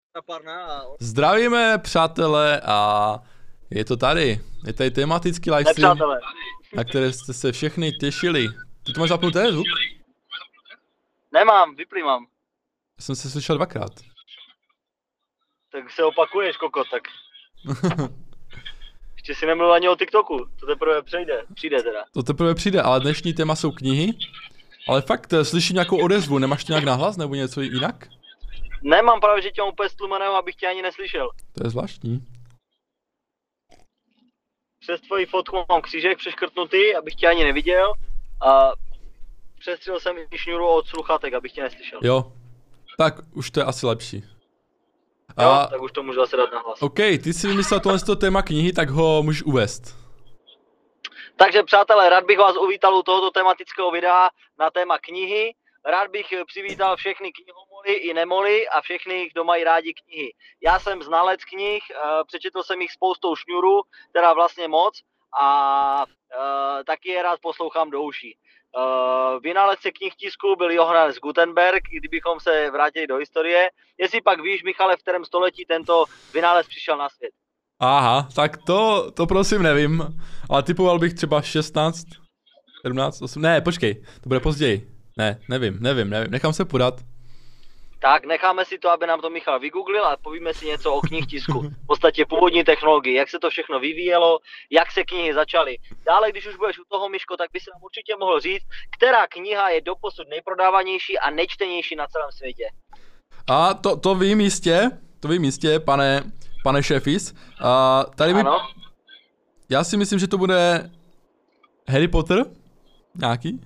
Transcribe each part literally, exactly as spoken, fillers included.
Zdravíme, přátelé, a je to tady. Je tady tematický livestream, na které jste se všechny těšili. Ty to máš zapnuté zvuk? Nemám, vyplý mám. Já jsem se slyšel dvakrát. Tak se opakuješ, koko, tak. Ještě si nemluvil ani o TikToku, to teprve přijde, přijde teda. To teprve přijde, ale dnešní téma jsou knihy. Ale fakt, slyším nějakou odezvu, nemáš to nějak nahlas nebo něco jinak? Nemám právě, že tě mám úplně stlumeného, abych tě ani neslyšel. To je zvláštní. Přes tvoji fotku mám křížek přeškrtnutý, abych tě ani neviděl. A přestřel jsem i šňůru od sluchátek, abych tě neslyšel. Jo, tak už to je asi lepší. Jo, a... tak už to můžu zase dát na hlas. OK, ty jsi vymyslel tohle téma knihy, tak ho můžeš uvést. Takže přátelé, rád bych vás uvítal u tohoto tematického videa na téma knihy. Rád bych přivítal všechny knihomoly i nemoly a všechny, kdo mají rádi knihy. Já jsem znalec knih, přečetl jsem jich spoustou šňůru, teda vlastně moc, a taky je rád poslouchám do uší. Vynálezce knihtisku byl Johannes Gutenberg, kdybychom se vrátili do historie. Jestli pak víš, Michale, v kterém století tento vynález přišel na svět? Aha, tak to, to prosím nevím, ale typoval bych třeba šestnáct, sedmnáct, osmnáct, ne, počkej, to bude později. Ne, nevím, nevím, nevím, nechám se podat. Tak necháme si to, aby nám to Michal vygooglil, a povíme si něco o knihtisku. V podstatě původní technologii, jak se to všechno vyvíjelo, jak se knihy začaly. Dále, když už budeš u toho, Miško, tak by si nám určitě mohl říct, která kniha je doposud nejprodávanější a nejčtenější na celém světě. A to, to vím jistě, to vím jistě, pane, pane šéfis. A tady by... Ano. Já si myslím, že to bude Harry Potter, nějaký.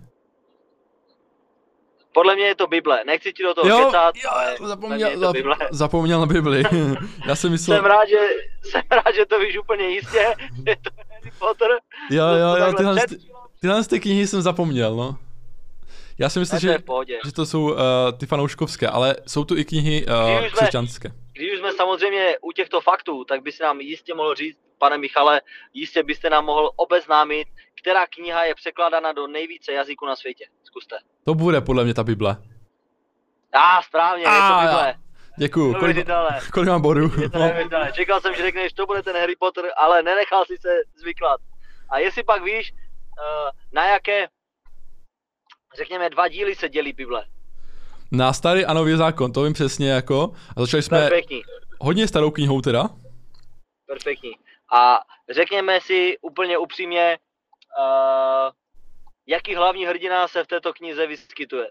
Podle mě je to Bible, nechci ti do toho jo, kecat, jo, ale zapomněl, to Bible. zapomněl na Bibli. Já jsem myslel... Jsem rád, že, jsem rád, že to víš úplně jistě, že to je Harry Potter. Jo, jo, jo, tyhle, ty, tyhle ty knihy jsem zapomněl, no. Já si myslím, že, že to jsou uh, ty fanouškovské, ale jsou tu i knihy uh, křesťanské. Když už jsme samozřejmě u těchto faktů, tak bys nám jistě mohl říct, pane Michale, jistě byste nám mohl obeznámit, která kniha je překládána do nejvíce jazyků na světě. Zkuste. To bude podle mě ta Bible. A ah, správně, ah, je to Bible. Děkuju, kolik, kolik mám bodů? Čekal jsem, že řekneš, to bude ten Harry Potter, ale nenechal si se zvyklat. A jestli pak víš, na jaké, řekněme, dva díly se dělí Bible? Na starý a nový zákon, to vím přesně jako. A začali jsme Perfektní. Hodně starou knihou teda. Perfektní. A řekněme si úplně upřímně, uh, jaký hlavní hrdina se v této knize vyskytuje?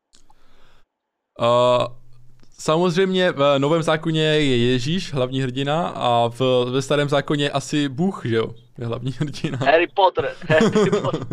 Uh, samozřejmě v Novém zákoně je Ježíš, hlavní hrdina, a v, ve Starém zákoně asi Bůh, že jo, je hlavní hrdina. Harry Potter. Harry Potter.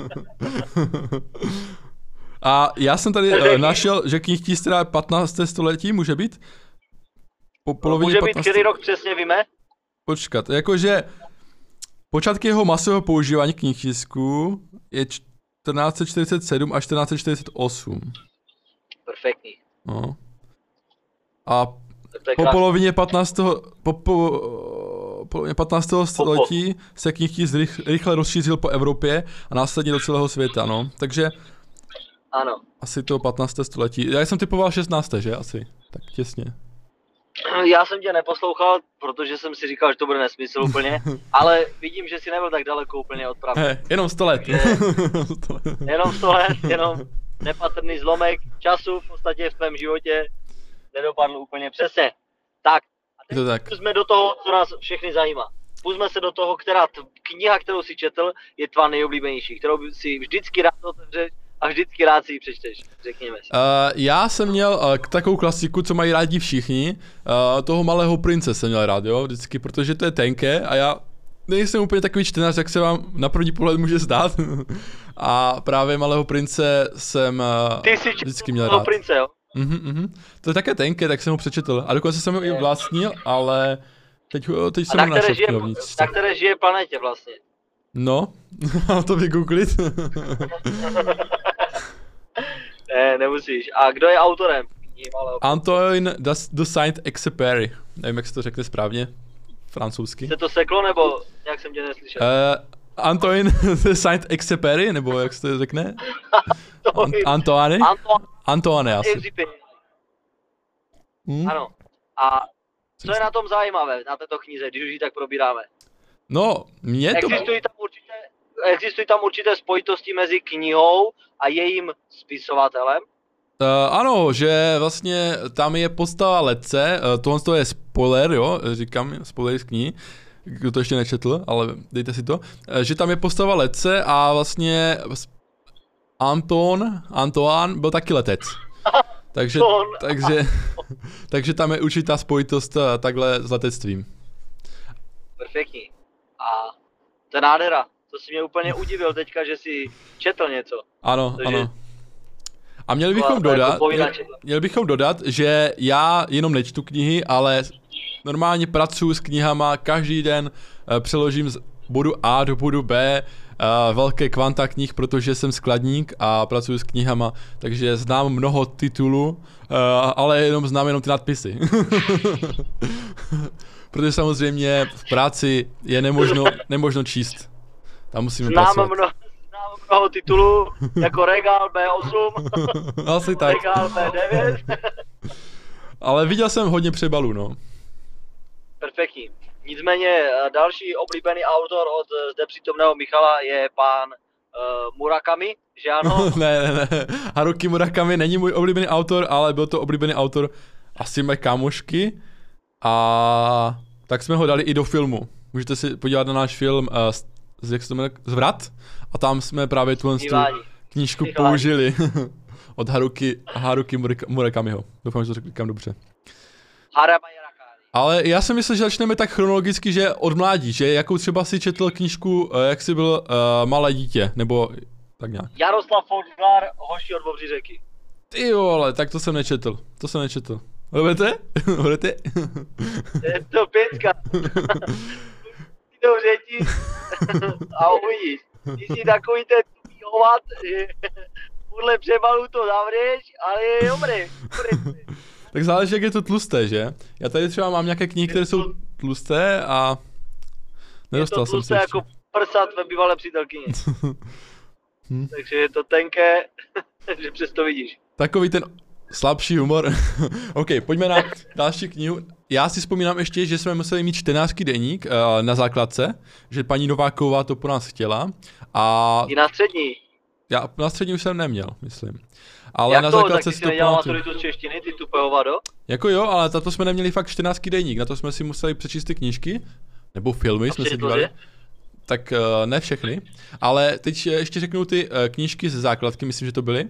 A já jsem tady uh, našel, že knihtisk teda patnácté století může být? Po polovině může být, který rok přesně víme? Počkat, jakože počátky jeho masového používání knihtisku je čtrnáct set čtyřicet sedm až čtrnáct set čtyřicet osm. Perfektní. No. A po polovině patnáctého Po, po, polovině patnáctého století se knihtisk rychle rozšířil po Evropě a následně do celého světa, no. Takže ano. Asi to patnácté století. Já jsem typoval šestnácté, že? Asi. Tak těsně. Já jsem tě neposlouchal, protože jsem si říkal, že to bude nesmysl úplně, ale vidím, že si nebyl tak daleko úplně od pravdy. He, jenom sto let. Jenom sto let, jenom nepatrný zlomek času v podstatě v tvém životě nedopadl úplně přesně. Tak, a teď tak. Půjďme do toho, co nás všechny zajímá. Půjďme se do toho, která kniha, kterou si četl, je tvá nejoblíbenější, kterou si vždycky rád otevřeš a vždycky rád si ji přečteš, řekněme si. Uh, já jsem měl uh, takovou klasiku, co mají rádi všichni, uh, toho Malého prince jsem měl rád, jo, vždycky, protože to je tenké a já nejsem úplně takový čtenář, jak se vám na první pohled může zdát. A právě Malého prince jsem uh, Ty jsi vždycky měl rád. rád. Prince, jo? Mhm, mhm. To je také tenké, tak jsem ho přečetl a dokonce jsem ho i vlastnil, ale teď, teď jsem ho našel v knihovničce. Na které žije planetě vlastně? No, mám to vygooglit. Ne, nemusíš. A kdo je autorem? Antoine de Saint-Exupéry. Nevím, jak se to řekne správně. Francouzsky. Se to seklo, nebo jak jsem tě neslyšel? Uh, Antoine de Saint-Exupéry, nebo jak se to řekne? Antoine? Antoine, asi. Hmm? Ano. A Co je na tom zajímavé, na této knize, když už ji tak probíráme? No, mě to... Existují tam určité, existují tam určité spojitosti mezi knihou a jejím spisovatelem? Uh, ano, že vlastně tam je postava Letce, uh, tohle to je spoiler, jo, říkám, spoiler z knihy, kdo to ještě nečetl, ale dejte si to, uh, že tam je postava Letce a vlastně Anton, Antoine byl taky letec. Takže, takže, takže tam je určitá spojitost uh, takhle s letectvím. Perfektní. A to je nádhera. To si mě úplně udivil teďka, že jsi četl něco. Ano, Takže... ano. A měli bychom dodat, měli bychom dodat, že já jenom nečtu knihy, ale normálně pracuji s knihama, každý den uh, přeložím z bodu A do bodu B uh, velké kvanta knih, protože jsem skladník a pracuji s knihama, takže znám mnoho titulů, uh, ale jenom znám jenom ty nadpisy. Protože samozřejmě v práci je nemožno, nemožno číst. Tam musíme znám pracovat. Mnoho, znám mnoho titulů, jako Regal bé osm, Asi tak. Regal bé devět. Ale viděl jsem hodně přebalů, no. Perfektní. Nicméně další oblíbený autor od zde přítomného Michala je pán uh, Murakami, že ano? ne, ne, ne. Haruki Murakami není můj oblíbený autor, ale byl to oblíbený autor asi mé kámošky. A tak jsme ho dali i do filmu. Můžete si podívat na náš film uh, z, jak se to jmenuje, Zvrat. A tam jsme právě tuhle knížku použili od Haruki, Haruki Murakamiho. Doufám, že to říkám dobře. Ale já si myslím, že začneme tak chronologicky, že od mládí, že jakou třeba si četl knížku, jak jsi byl uh, malé dítě, nebo tak nějak. Jaroslav Folčglar, Hoši od Bobří řeky. Ty jo, ale tak to jsem nečetl, to jsem nečetl. Budete? Budete? Je to pětka. Dobře ti a uvidíš. Ty jsi takový ten tupý hovat, že podle přebalu to zavřeš, ale je dobrý. dobrý. Tak záleží, jak je to tlusté, že? Já tady třeba mám nějaké knihy, které jsou tlusté a nedostal jsem se Je to tlusté jako prsat ve bývalé přítelkyni. hm. Takže je to tenké, že přesto vidíš. Takový ten slabší humor. OK, pojďme na další knihu. Já si vzpomínám ještě, že jsme museli mít čtenářský deník uh, na základce, že paní Nováková to po nás chtěla. A... I na střední. Já na střední už jsem neměl, myslím. Ale jak na to, základce si to pamatuju. maturitu z češtiny, ty tupého vado? Jako jo, ale za to jsme neměli fakt čtenářský deník, na to jsme si museli přečíst ty knížky, nebo filmy a jsme si dívali. Tak uh, ne všechny, ale teď ještě řeknu ty uh, knížky ze základky, myslím, že to byly.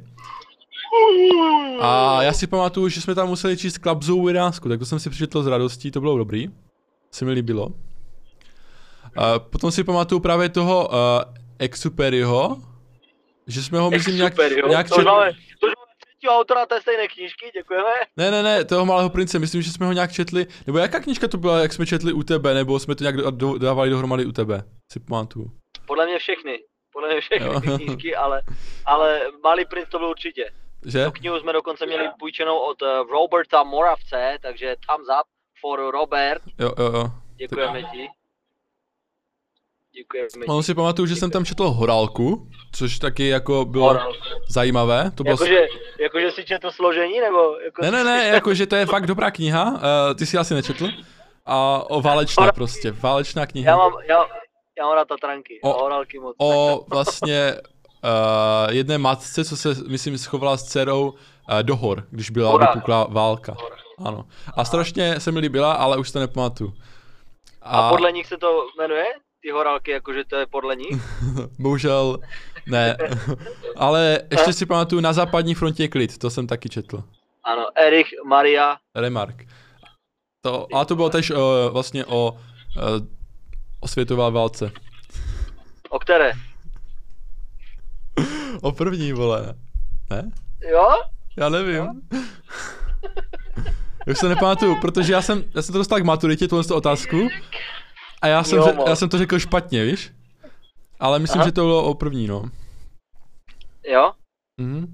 A já si pamatuju, že jsme tam museli číst Klapzovou jedenáctku, tak to jsem si přečetl s radostí, to bylo dobrý. Se mi líbilo. Uh, potom si pamatuju právě toho uh, Exuperyho, že jsme ho myslím nějak, nějak četli. To máme třetího autora té stejné knížky, děkujeme. Ne, ne, ne, toho Malého prince, myslím, že jsme ho nějak četli, nebo jaká knížka to byla, jak jsme četli u tebe, nebo jsme to nějak do, do, dávali dohromady u tebe, si pamatuju. Podle mě všechny, podle mě všechny ty knížky, ale, ale Malý princ to byl určitě. Že? Tu knihu jsme dokonce měli půjčenou od Roberta Moravce, takže thumbs up for Robert. Jo, jo, jo. Děkujeme ti. Děkujeme ti. On si pamatuju, že jsem tam četl Horálku, což taky jako bylo Horálku. Zajímavé. To bylo... Jakože, jakože si četl složení, nebo? Jako ne, ne, ne, jakože to je fakt dobrá kniha, uh, ty si asi nečetl. A o válečná Horálky. Prostě, válečná kniha. Já mám, já, já mám rád Tatranky, o, a Horálky moc. O vlastně uh, jedné matce, co se, myslím, schovala s dcerou uh, do hor, když byla vypukla válka. Hora. Ano. A strašně se mi líbila, ale už to nepamatuju. A, a podle nich se to jmenuje? Ty Horálky, jakože to je podle nich? Bohužel ne, ale ještě si pamatuju Na západní frontě klid, to jsem taky četl. Ano, Erich Maria Remarque. To, a to bylo tež uh, vlastně o, uh, o světové válce. O které? O první, vole. Ne? Jo? Já nevím. Jo? Už se nepamatuju, protože já jsem, já jsem to dostal k maturitě, tuhle otázku. A já jsem, jo, já jsem to řekl špatně, víš? Ale myslím, Aha. že to bylo o první, no. Jo? Mhm.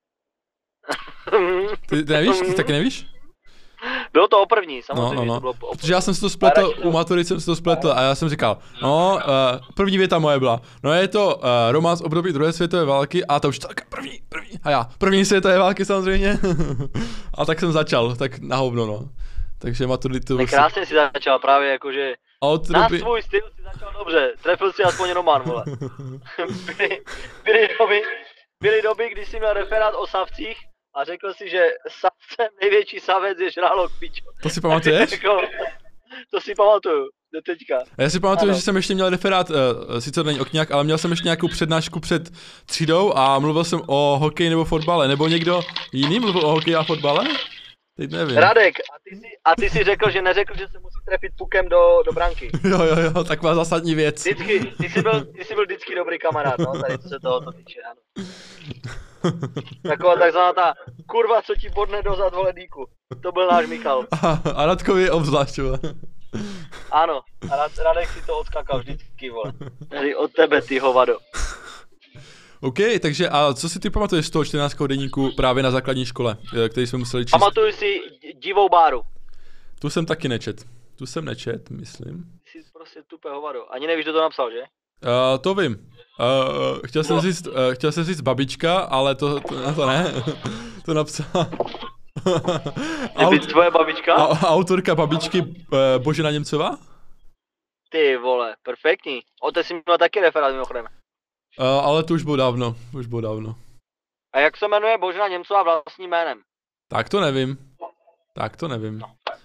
Ty, ty nevíš? Ty taky nevíš? Bylo to o první, samozřejmě. No, no, no. To bylo o Protože já jsem si to spletl, u maturit jsem si to spletl a já jsem říkal, no, uh, první věta moje byla, no je to uh, román z období druhé světové války a to už tak první, první, a já, první světové války samozřejmě. A tak jsem začal, tak na hovno, no. Takže maturitu... Krásně si začal právě jakože... Od na doby... svůj styl si začal dobře, trefil si aspoň román, vole. byly, byly, doby, byly doby, kdy jsi měl referát o savcích a řekl si, že savcem největší savec je žralok, pičo. To si pamatuješ? To si pamatuju, do teďka. A já si pamatuju, ano. že jsem ještě měl referát, uh, sice to není o knihách, ale měl jsem ještě nějakou přednášku před třídou a mluvil jsem o hokeji nebo fotbale, nebo někdo jiný mluvil o hokeji a fotbale? Teď nevím. Radek, a ty, si, a ty si řekl, že neřekl, že se musí trefit pukem do, do branky. Jo, jo, jo, taková zásadní věc. Vždycky, ty jsi byl, ty jsi byl vždycky dobrý kamarád, no, tady co se tohoto týče, ano. Taková takzvaná ta kurva, co ti bodne dozad, vole, díku. To byl náš Michal. A, a Radkovi obzvlášť, vole. Ano, a Rad, Radek si to odskakal vždycky, vole. Tady od tebe, ty hovado. OK, takže a co si ty pamatuješ z toho čtenářského deníku právě na základní škole, který jsme museli číst? Pamatuju si divou báru. Tu jsem taky nečet. Tu jsem nečet, myslím. Ty jsi prostě tupé hovado. Ani nevíš, kdo to napsal, že? Uh, to vím. Uh, chtěl, jsem říct, uh, chtěl jsem říct babička, ale to, to, to ne. To napsala... Aut... Tvoje babička? A, autorka babičky uh, Božena Němcová? Ty vole, perfektní. O té jsi měl taky referát mimochodem. Uh, ale to už bylo dávno, už bylo dávno. A jak se jmenuje Božena Němcová vlastním jménem? Tak to nevím. Tak to nevím.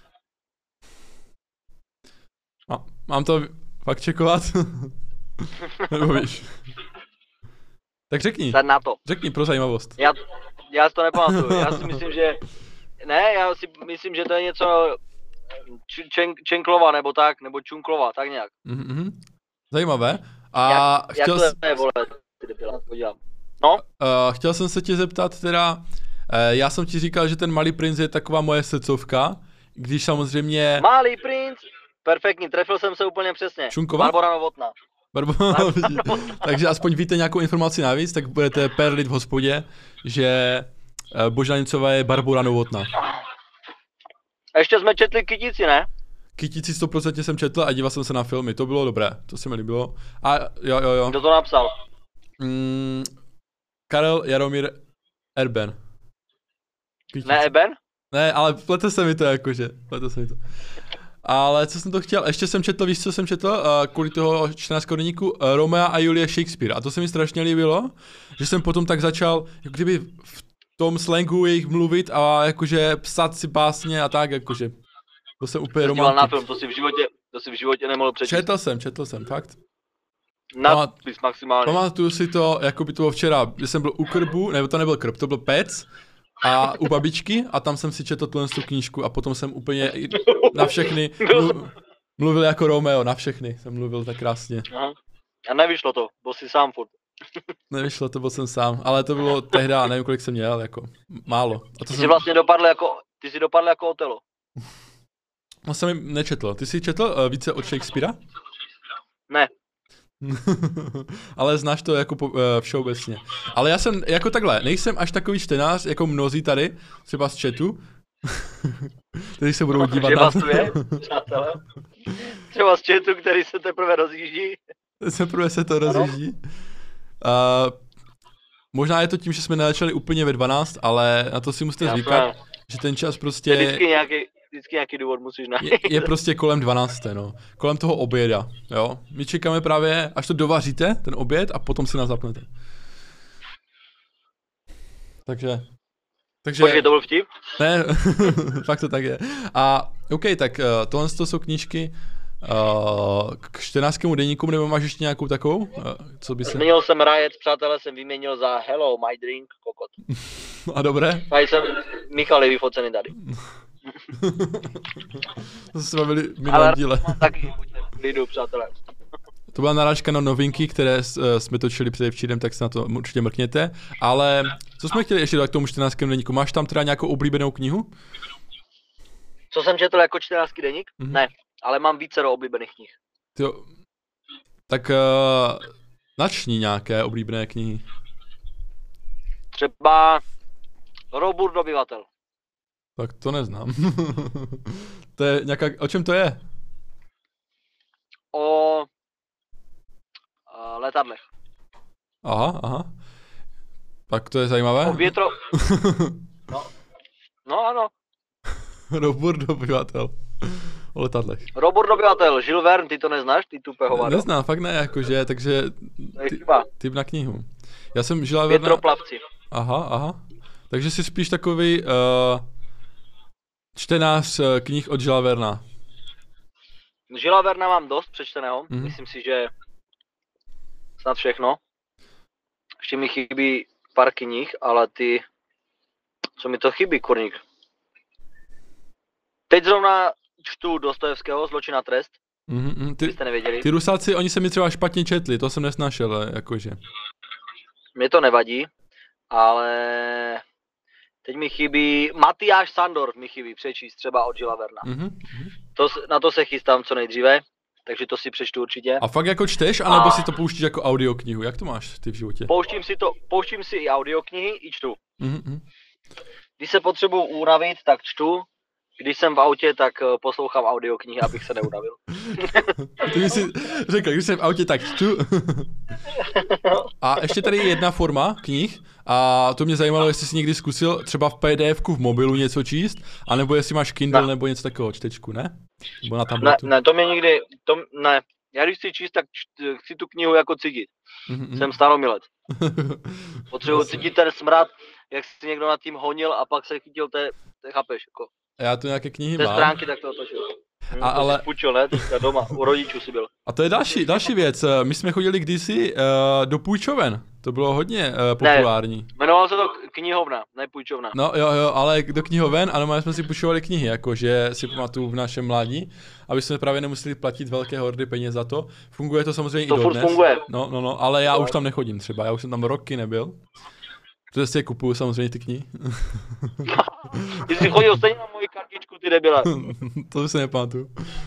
A, mám to fakt čekovat? Nebo víš? Tak řekni. Sad na to. Řekni pro zajímavost. Já, já si to nepamatuju. Já si myslím, že... Ne, já si myslím, že to je něco... Čen, Čenklova nebo tak, nebo Čunklova, tak nějak. Mm-hmm. Zajímavé. A jak, chtěl jak to je, vole, ty debila, podívám. No? Uh, chtěl jsem se tě zeptat teda, uh, já jsem ti říkal, že ten Malý princ je taková moje srdcovka, když samozřejmě... Malý princ, perfektní, trefil jsem se úplně přesně. Šunková? Barbora Novotná. Barbo... Takže aspoň víte nějakou informaci navíc, tak budete perlit v hospodě, že uh, Božena Němcová je Barbora Novotná. Ještě jsme četli Kytici, ne? Kytici sto procent jsem četl a díval jsem se na filmy, to bylo dobré, to se mi líbilo. A jo, jo, jo. Kdo to napsal? Mm, Karel Jaromír Erben. Kytici. Ne Eben? Ne, ale plete se mi to jakože, plete se mi to. Ale co jsem to chtěl, ještě jsem četl, víš co jsem četl, uh, kvůli toho čtenářského deníku, uh, Romea a Julie Shakespeare. A to se mi strašně líbilo, že jsem potom tak začal, jako kdyby v tom slangu jejich mluvit a jakože psat si básně a tak, jakože. To jsem úplně romantik. Na film, to si v životě, to si v životě nemohl přečíst. Četl jsem, četl jsem, fakt. Nadpis maximálně. Pamatuju si to, jako by to bylo včera, když jsem byl u krbu, nebo to nebyl krb, to byl pec. A u babičky a tam jsem si četl tuhle tu knížku a potom jsem úplně na všechny mluv, mluvil jako Romeo, na všechny jsem mluvil tak krásně. Aha. A nevyšlo to, byl jsi sám furt. Nevyšlo to, byl jsem sám, ale to bylo tehdy, nevím kolik jsem měl, jako málo. A to ty jsem... jsi vlastně dopadl jako, ty jsi dopadl jako Otelo. No jsem jim nečetl, ty jsi četl uh, více od Shakespearea? Ne. Ale znáš to jako po, uh, všeobecně. Ale já jsem jako takhle, nejsem až takový čtenář jako mnozí tady, třeba z chatu, kteří se budou dívat třeba na... Třeba je, přátelé. Třeba z chatu, který se teprve rozjíždí. Teprve se to rozjíždí. Uh, možná je to tím, že jsme nezačali úplně ve dvanáct, ale na to si musíte Já zvykat, že ten čas prostě... Vždycky nějaký, vždycky nějaký důvod musíš najít. Je, je prostě kolem dvanácté, no. Kolem toho oběda, jo. My čekáme právě, až to dovaříte, ten oběd, a potom si nás zapnete. Takže... Takže... Počkej, to byl vtip? Ne, fakt to tak je. A OK, tak uh, tohle to jsou knížky uh, k čtenářskému deníku, nebo máš ještě nějakou takovou? Uh, co by se... Změnil jsem rájec, přátelé jsem vyměnil za hello, my drink, kokot. A dobré? Tady jsem, Michal je vyfocený tady. To jsme se bavili v minulém díle. Taky lidu, přátelé. To byla narážka na novinky, které uh, jsme točili předevčírem, tak se na to určitě mrkněte. Ale co jsme chtěli ještě dát k tomu čtenářskému deníku? Máš tam teda nějakou oblíbenou knihu? Co jsem četl jako čtenářský deník? Mm-hmm. Ne, ale mám vícero oblíbených knih. Tyjo, tak uh, načni nějaké oblíbené knihy. Třeba Roburt obyvatel. Tak to neznám. To je nějaká, o čem to je? O uh, letadlech. Aha, aha. Tak to je zajímavé. O větro... No, no ano. Robot dobyvatel. O letadlech. Robot dobyvatel, Jules Verne, ty to neznáš, ty tupe hovado? Neznám, fakt ne, jakože, takže ty, typ na knihu. Já jsem Žila Verna... Větroplavci. Aha, aha. Takže jsi spíš takový uh, čtenář uh, knih od Žila Verna. Žila Verna mám dost přečteného, mm-hmm. Myslím si, že snad všechno. Ještě mi chybí pár knih, ale ty... Co mi to chybí, kurník? Teď zrovna čtu Dostojevského Zločin a trest. Mm-hmm, ty, jste nevěděli. Ty Rusáci, oni se mi třeba špatně četli, to jsem nesnášel, jakože. Mně to nevadí, ale teď mi chybí, Matyáš Sandor mi chybí přečíst třeba od Žila Verna. Mm-hmm. To, na to se chystám co nejdříve, takže to si přečtu určitě. A fakt jako čteš, anebo a... si to pouštíš jako audioknihu, jak to máš ty v životě? Pouštím si to, pouštím si i audioknihy, i čtu. Mm-hmm. Když se potřebuji unavit, tak čtu. Když jsem v autě, tak poslouchám audioknihy, abych se neunavil. Ty jsi si řekl, když jsem v autě, tak čtu. A ještě tady je jedna forma knih a to mě zajímalo, jestli jsi někdy zkusil třeba v P D F ku v mobilu něco číst, anebo jestli máš Kindle ne. nebo něco takového čtečku, ne? Nebo na tabletu. Ne, ne, to mě nikdy, to, ne. Já když chci číst, tak č, chci tu knihu jako cítit. Mm-hmm. Jsem staromilec. Potřebuji cítit ten smrad, jak si někdo nad tím honil a pak se chytil té, té chápeš, jako. Já tu nějaké knihy Té mám. stránky tak to otočil. A, to ale... jsi půjčil, ne? Teďka doma, u rodičů si byl. A to je další, další věc. My jsme chodili kdysi uh, do půjčoven. To bylo hodně uh, populární. Ne, jmenovalo se to knihovna, ne půjčovna. No jo, jo, ale do knihoven, ano, my jsme si půjčovali knihy, jakože si pamatuju v našem mládí, aby jsme právě nemuseli platit velké hordy peněz za to. Funguje to samozřejmě to i dodnes. To funguje. No, no, no, ale já no. už tam nechodím třeba, já už jsem tam roky nebyl. Protože si je kupuju samozřejmě ty knihy. Ty jsi chodil stejně na moji kartičku, ty debila. To se nepamatuju.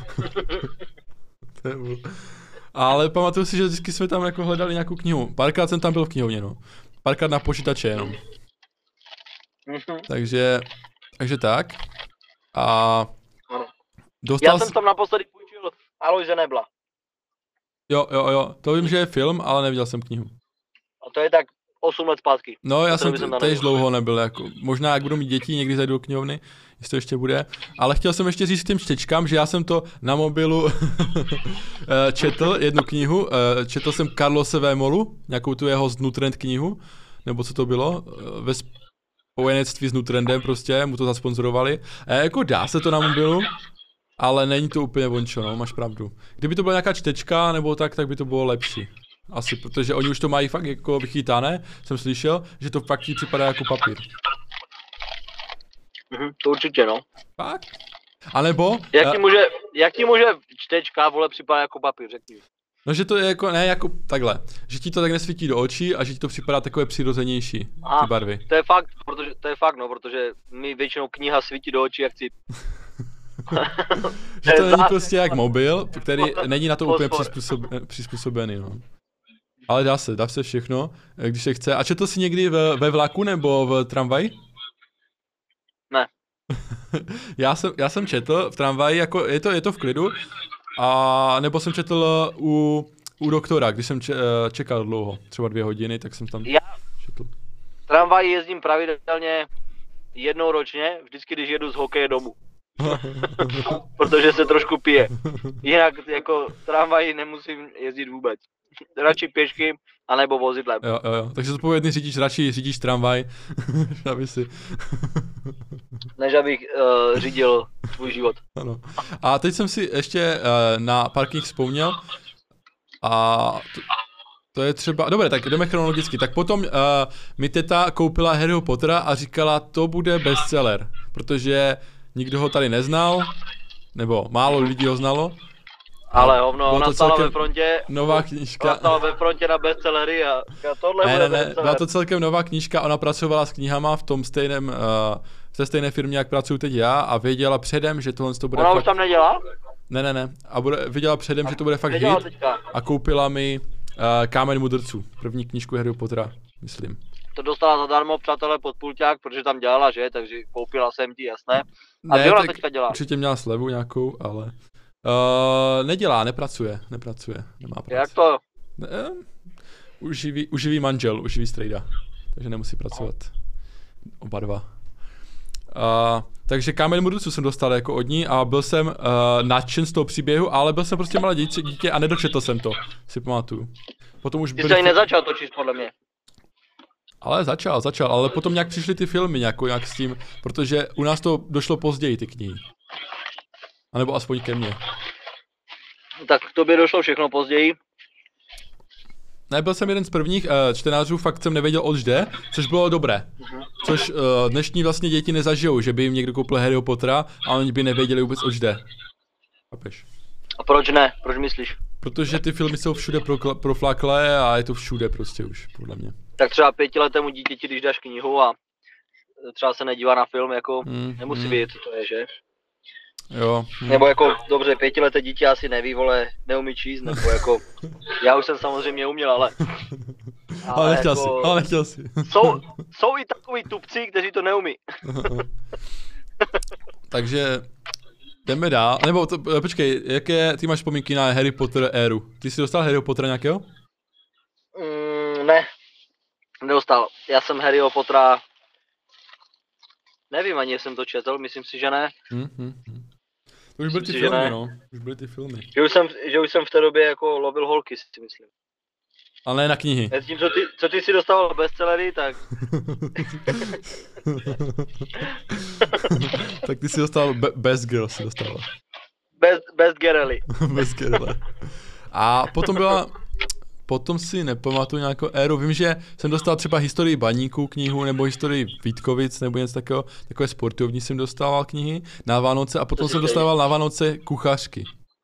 Ale pamatuju si, že vždycky jsme tam jako hledali nějakou knihu. Párkrát jsem tam byl v knihovně, no. Párkrát na počítače jenom. Mm-hmm. Takže, takže tak. A dostal Já jsem tam naposledy půjčil Aloise Nebla. Jo, jo, jo. To vím, že je film, ale neviděl jsem knihu. A to je tak osm let zpátky. No, já jsem též dlouho nebyl, jako, možná jak budu mít děti, někdy zajdu do knihovny, jestli to ještě bude, ale chtěl jsem ještě říct těm čtečkám, že já jsem to na mobilu četl, jednu knihu, četl jsem Carlose Vémolu, nějakou tu jeho Nutrend knihu, nebo co to bylo, ve spojenectví s Nutrendem prostě, mu to zasponzorovali, a jako dá se to na mobilu, ale není to úplně vončo, no, máš pravdu. Kdyby to byla nějaká čtečka nebo tak, tak by to bylo lepší. Asi, protože oni už to mají fakt jako vychytané, jsem slyšel, že to fakt ti připadá jako papír. Mhm, to určitě, no. Fakt? A nebo... Jak ti může, jak ti může čtečka, vole, připadá jako papír, řekni. No, že to je jako, ne, jako takhle, že ti to tak nesvítí do očí a že ti to připadá takové přirozenější, Aha, ty barvy. To je fakt, protože, to je fakt, no, protože mi většinou kniha svítí do očí, jak cip. Že to není prostě jak mobil, který není na to úplně přizpůsobený, přizpůsobený, no. Ale dá se, dá se všechno, když se chce. A četl jsi někdy ve, ve vlaku nebo v tramvaji? Ne. já, jsem, já jsem četl v tramvaji, jako je to, je to v klidu, a nebo jsem četl u, u doktora, když jsem če, čekal dlouho, třeba dvě hodiny, tak jsem tam já četl. V tramvaji jezdím pravidelně jednou ročně, vždycky když jedu z hokeje domů. Protože se trošku pije. Jinak jako tramvaji nemusím jezdit vůbec. Radši pěšky, anebo vozidlem. Jo, jo, jo. Takže zodpovědný řidič, radši řidič tramvaj, aby si... Než abych uh, řídil tvůj život. Ano. A teď jsem si ještě uh, na parking vzpomněl. A to, to je třeba... Dobré, tak jdeme chronologicky. Tak potom uh, mi teta koupila Harryho Pottera a říkala, to bude bestseller. Protože nikdo ho tady neznal, nebo málo lidí ho znalo. Ale hovno, ona stala ve frontě, nová knížka. Ona stala ve frontě na bestsellery a tohle ne, bude ne, ne, bestseller. byla to celkem nová knížka, ona pracovala s knihama v tom stejném, uh, v té stejné firmě, jak pracuji teď já a věděla předem, že tohle to bude ona fakt... už tam nedělá? Ne, ne, ne, a bude, věděla předem, a že to bude fakt hit teďka. A koupila mi uh, Kámen mudrců, první knížku Harryho Pottera, myslím. To dostala zadarmo, přátelé, pod pulťák, protože tam dělala, že, takže koupila jsem ti, jasné. A ne, ona teďka dělá? Určitě měla slevu nějakou, ale... Uh, nedělá, nepracuje, nepracuje, nemá práci. Jak to? Ne, uživý, uživý manžel, uživý strejda, takže nemusí pracovat oba dva. Uh, takže Kámen mudrců jsem dostal jako od ní a byl jsem uh, nadšen z toho příběhu, ale byl jsem prostě malé dítě, dítě a nedočetl jsem to, si pamatuju. Potom už Ty jsi ani nezačal točit podle mě. Ale začal, začal, ale potom nějak přišly ty filmy nějak, nějak s tím, protože u nás to došlo později, ty knihy. A nebo aspoň ke mně. Tak to by došlo všechno později. Ne, byl jsem jeden z prvních uh, čtenářů, fakt jsem nevěděl, oč jde, což bylo dobré. Což uh, dnešní vlastně děti nezažijou, že by jim někdo koupil Harryho Pottera a oni by nevěděli vůbec, oč jde. Chápeš? A proč ne? Proč myslíš? Protože ty filmy jsou všude prokla- proflaklé a je to všude prostě už, podle mě. Tak třeba pětiletému dítěti, když dáš knihu a třeba se nedívá na film, jako mm, nemusí mm. vědět, co to je, že? Jo. Mm. Nebo jako, dobře, pětileté dítě asi neví, vole, neumí číst, nebo jako, já už jsem samozřejmě uměl, ale... Ale, ale nechtěl jako, si, ale nechtěl si. Jsou, jsou i takový tupci, kteří to neumí. Takže jdeme dál, nebo to, počkej, jaké ty máš vzpomínky na Harry Potter éru? Ty jsi dostal Harryho Pottera nějakého? Mm, ne, nedostal. Já jsem Harryho Pottera, nevím ani, jestli jsem to četl, myslím si, že ne. Hmm, hmm, hmm. To už byly ty filmy, no. Už byly ty filmy. Že už, jsem, že už jsem v té době jako lovil holky, si myslím. Ale ne na knihy. S tím, co ty, co ty si dostával bestsellery, tak... Tak ty si dostal be- Best Girl si dostal. Best, best Girly. Best Girl. A potom byla... Potom si nepamatuju nějakou éru. Vím, že jsem dostal třeba historii baníků knihu, nebo historii Vítkovic, nebo něco takového. Takové sportovní jsem dostával knihy na Vánoce a potom jsem dostával na Vánoce kuchařky.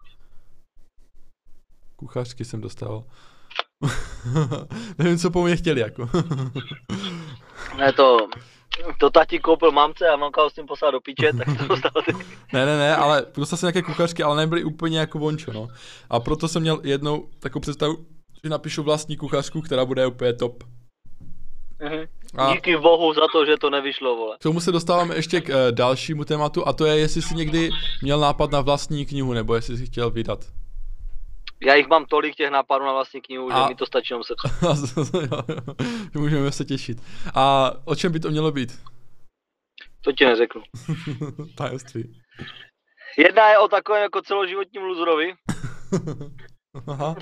Kuchařky jsem dostával. Nevím, co po mně chtěli, jako. Ne, to, to tati koupil mamce a mamka ho s tím poslala do piče, tak to dostal ty. Ne, ne, ne, ale dostal jsem nějaké kuchařky, ale nebyly úplně jako vončo, no. A proto jsem měl jednou takovou představu, že napíšu vlastní kuchařku, která bude úplně top. Mhm. A díky bohu za to, že to nevyšlo, vole. K tomu se dostáváme ještě k uh, dalšímu tématu a to je, jestli jsi někdy měl nápad na vlastní knihu, nebo jestli jsi chtěl vydat. Já jich mám tolik těch nápadů na vlastní knihu, a... že mi to stačí jenom sepsat. Můžeme se těšit. A o čem by to mělo být? To ti neřeknu. Tajemství. Jedna je o takovém jako celoživotním loserovi. Aha.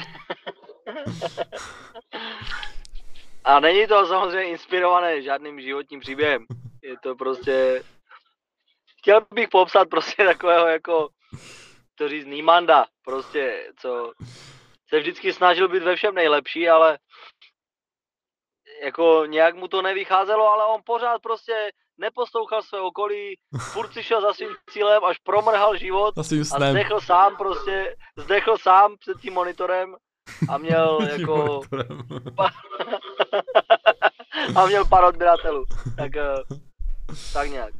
A není to samozřejmě inspirované žádným životním příběhem. Je to prostě... Chtěl bych popsat prostě takového jako... To říct Nímanda, prostě, co se vždycky snažil být ve všem nejlepší, ale jako nějak mu to nevycházelo, ale on pořád prostě neposlouchal své okolí, furt si šel za svým cílem, až promrhal život a zdechl sám prostě, zdechl sám před tím monitorem a měl jako a měl pár odběratelů, tak, tak nějak.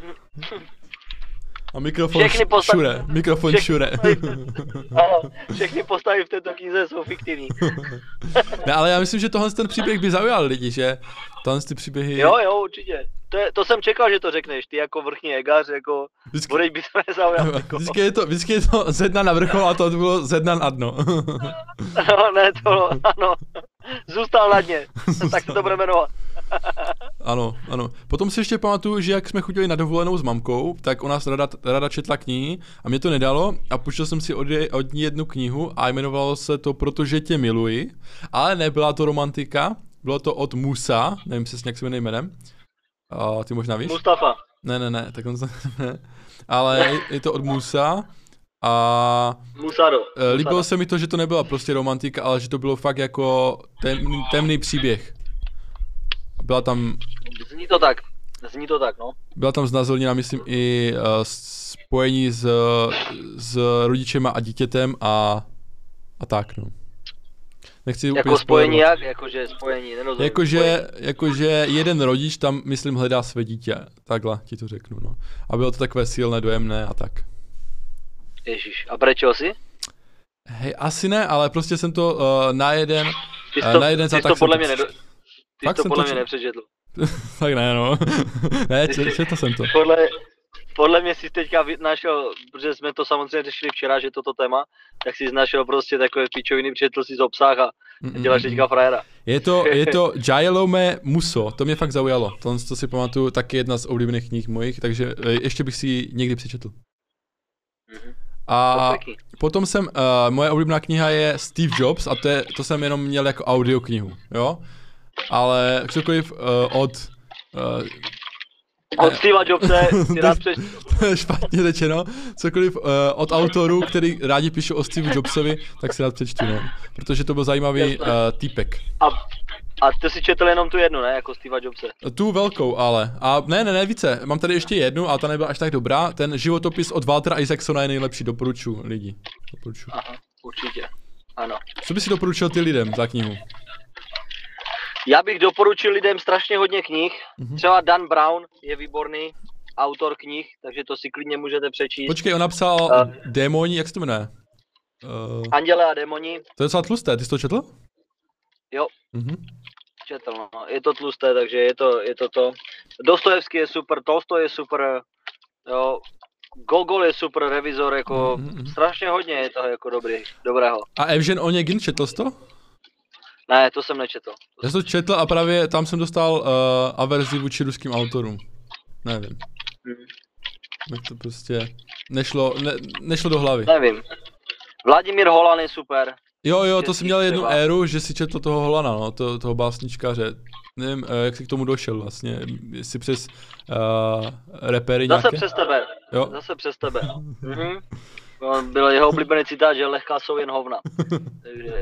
A mikrofon postavy, šure, mikrofon všechny šure. Ano, všechny postavy v této knize jsou fiktivní. Ne, ale já myslím, že tohle ten příběh by zaujal lidi, že? Tohle ty příběhy... Jo, jo, určitě. To, je, to jsem čekal, že to řekneš, ty jako vrchní egař, jako... Vždycky, budeš by to nezaujal. Jako. Vždycky, je to, vždycky je to ze dna na vrchol a to bylo ze dna na dno. No, ne, to, ano. Zůstal na dně, tak se to bude jmenovat. Ano, ano. Potom si ještě pamatuju, že jak jsme chodili na dovolenou s mamkou, tak ona rada, rada četla knihy a mě to nedalo a půjčil jsem si od, je, od ní jednu knihu a jmenovalo se to Protože tě miluji, ale nebyla to romantika, bylo to od Musa, nevím přesně jak se jmenuje jménem. A ty možná víš? Mustafa. Ne, ne, ne, tak on se ne. Ale je, je to od Musa a Musado. líbilo se mi to, že to nebyla prostě romantika, ale že to bylo fakt jako temný, temný příběh. Byla tam... Zní to tak, zní to tak, no. Byla tam znázorněna, myslím, i uh, spojení s, s rodičema a dítětem a, a tak, no. Nechci jako úplně spojení jak? Jakože spojení, nerozumím. Jakože, jakože jeden rodič tam, myslím, hledá své dítě. Takhle ti to řeknu, no. A bylo to takové silné, dojemné a tak. Ježíš, a prečo si? Hej, asi ne, ale prostě jsem to uh, na jeden, to, uh, na jeden zátak jsem to... Nedo... Ty jsi to podle mě nepřečetl. Tak ne, no. Ne, četl jsem to. Podle, podle mě si teďka vy- našel, protože jsme to samozřejmě řešili včera, že toto téma, tak si našel prostě takové pičoviny, přečetl si z obsah a děláš teďka frajera. Je to, je to Giallo Muso, to mě fakt zaujalo. To, to si pamatuju, taky jedna z oblíbených knih mojich, takže ještě bych si ji někdy přečetl. Mhm. A To taky. potom jsem, uh, moje oblíbená kniha je Steve Jobs a to, je, to jsem jenom měl jako audioknihu, jo? Ale cokoliv uh, od... Uh, Od Steva Jobse si rád přečtu. to je špatně řečeno, cokoliv uh, od autorů, který rádi píšou o Steve Jobsovi, tak si rád přečtu, no. Protože to byl zajímavý uh, týpek. A, a ty si četl jenom tu jednu, ne, jako Steva Jobse? Tu velkou ale. A ne, ne, ne, více. Mám tady ještě jednu, a ta nebyla až tak dobrá. Ten životopis od Waltera Isaacsona je nejlepší, doporučuji lidi. Doporučuji. Aha, určitě. Ano. Co by si doporučil ty lidem za knihu? Já bych doporučil lidem strašně hodně knih. Mhm. Třeba Dan Brown je výborný autor knih, takže to si klidně můžete přečíst. Počkej, on napsal Uh. Démoni, jak se to jmenuje? Uh, Anděle a démoni, to je docela tlusté, ty jsi to četl? Jo. Mhm. četl, no. Je to tlusté, takže je to, je to to. Dostojevský je super, Tolstoj je super, jo. Gogol je super, revizor, jako Mhm. strašně hodně je toho jako dobrý, dobrého. A Evžen Onegin, četl jsi to? Ne, to jsem nečetl. Já jsem to četl a právě tam jsem dostal uh, averzi vůči ruským autorům. Nevím. Hm. Tak to prostě nešlo, ne, nešlo do hlavy. Nevím. Vladimír Holan je super. Jo, jo, to Český jsem měl jednu třeba. éru, že si četl toho Holana, no, to, toho básničkaře. Nevím, eh, jak jsi k tomu došel vlastně, jestli přes uh, repery Zase nějaké? přes tebe, Jo. zase přes tebe. Mhm. No, byl jeho oblíbený citát, že lehká jsou jen hovna. Takže...